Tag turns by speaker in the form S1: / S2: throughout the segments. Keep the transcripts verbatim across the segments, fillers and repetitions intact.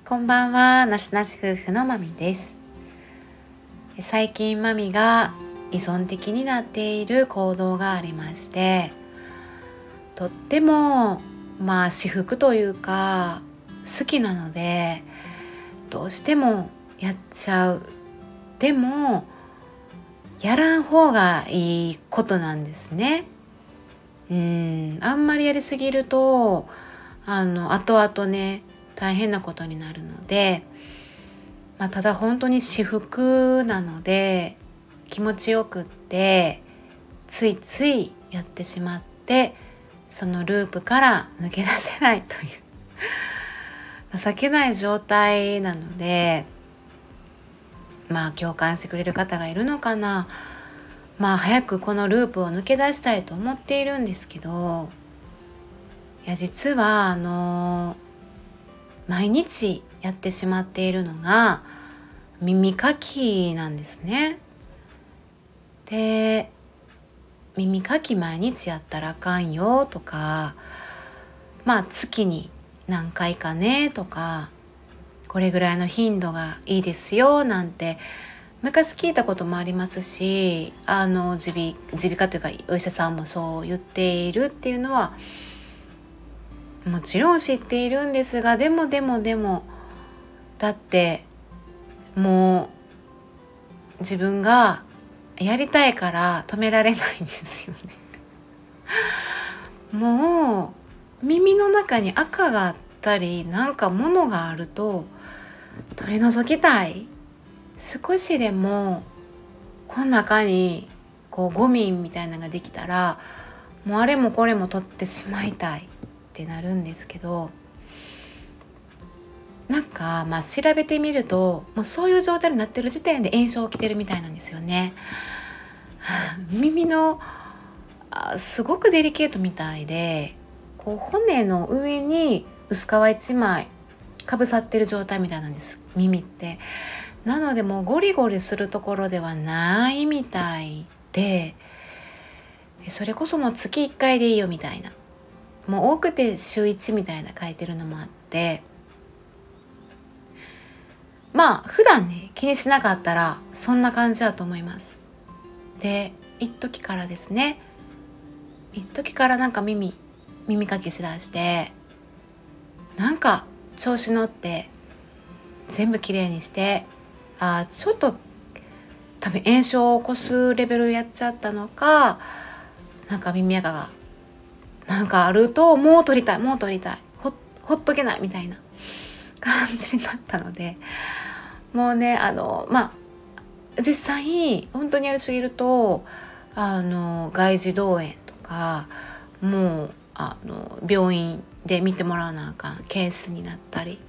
S1: こんばんは。なしなし夫婦のまみです。最近まみが依存的になっている行動がありまして、とってもまあ至福というか好きなのでどうしてもやっちゃう。でもやらん方がいいことなんですね。うーんあんまりやりすぎるとあの後々ね大変なことになるので、まあ、ただ本当に至福なので気持ちよくってついついやってしまって、そのループから抜け出せないという情けない状態なので、まあ共感してくれる方がいるのかな。まあ早くこのループを抜け出したいと思っているんですけど、いや実はあの毎日やってしまっているのが耳かきなんですね。で、耳かき毎日やったらあかんよとか、まあ月に何回かねとか、これぐらいの頻度がいいですよなんて昔聞いたこともありますし、あの耳鼻耳鼻科というかお医者さんもそう言っているっていうのはもちろん知っているんですが、でもでもでもだってもう自分がやりたいから止められないんですよね。もう耳の中に赤があったりなんか物があると取り除きたい。少しでもこの中にこうゴミみたいなのができたらもうあれもこれも取ってしまいたいってなるんですけど、なんかまあ調べてみるともうそういう状態になってる時点で炎症起きてるみたいなんですよね。耳のあすごくデリケートみたいで、こう骨の上に薄皮一枚かぶさってる状態みたいなんです、耳って。なのでもうゴリゴリするところではないみたいで、それこそもう月いっかいでいいよみたいな、もう多くて週いちみたいな書いてるのもあって、まあ普段ね気にしなかったらそんな感じだと思います。で一時からですね一時からなんか耳耳かきしだして、なんか調子乗って全部きれいにして、あちょっと多分炎症を起こすレベルやっちゃったのか、なんか耳垢がなんかあるともう取りたいもう取りたい ほ, ほっとけないみたいな感じになったので、もうねあのまあ実際本当にやりすぎるとあの外耳道炎とかもうあの病院で見てもらわなあかんケースになったり、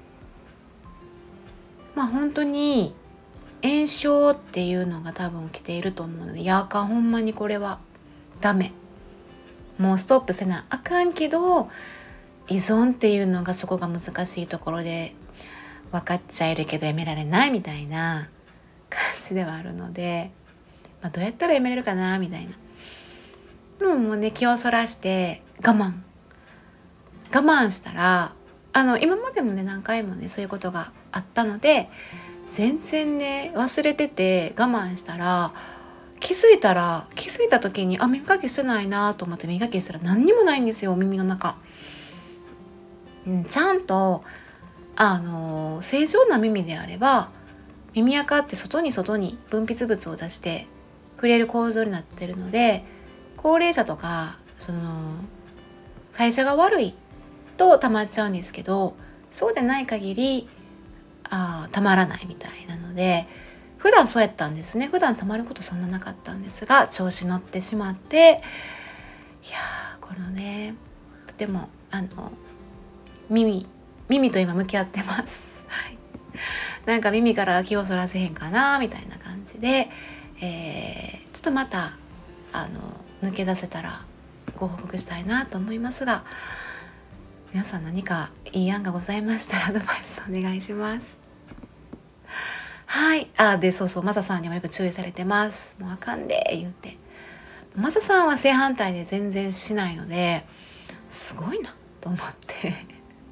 S1: まあ本当に炎症っていうのが多分起きていると思うので、いやあかんほんまにこれはダメ、もうストップせなあかんけど、依存っていうのがそこが難しいところで分かっちゃえるけどやめられないみたいな感じではあるので、まあ、どうやったらやめれるかなみたいなのもね気をそらして我慢我慢したら、あの今までもね何回もねそういうことがあったので全然ね忘れてて我慢したら、気づいたら気づいた時にあ耳かきしてないなと思って耳かきしたら何にもないんですよ耳の中、うん、ちゃんとあの正常な耳であれば耳垢って外に外に分泌物を出してくれる構造になってるので、高齢者とかその代謝が悪いと溜まっちゃうんですけど、そうでない限りあたまらないみたいなので、普段そうやったんですね。普段たまることそんななかったんですが調子乗ってしまって、いやこのねとてもあの耳耳と今向き合ってます、はい、なんか耳から気をそらせへんかなみたいな感じで、えー、ちょっとまたあの抜け出せたらご報告したいなと思いますが、皆さん何かいい案がございましたらアドバイスお願いします。はい。あでそうそうマサさんにもよく注意されてます。もうあかんで言うて、マサさんは正反対で全然しないのですごいなと思って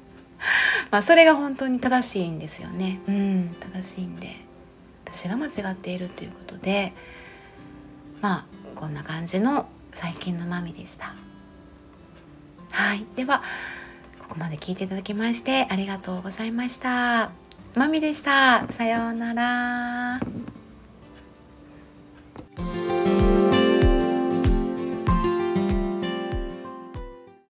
S1: まあそれが本当に正しいんですよね。うん、正しいんで、私が間違っているということで、まあこんな感じの最近のマミでした。はい、ではここまで聞いていただきましてありがとうございました。マミでした。さようなら。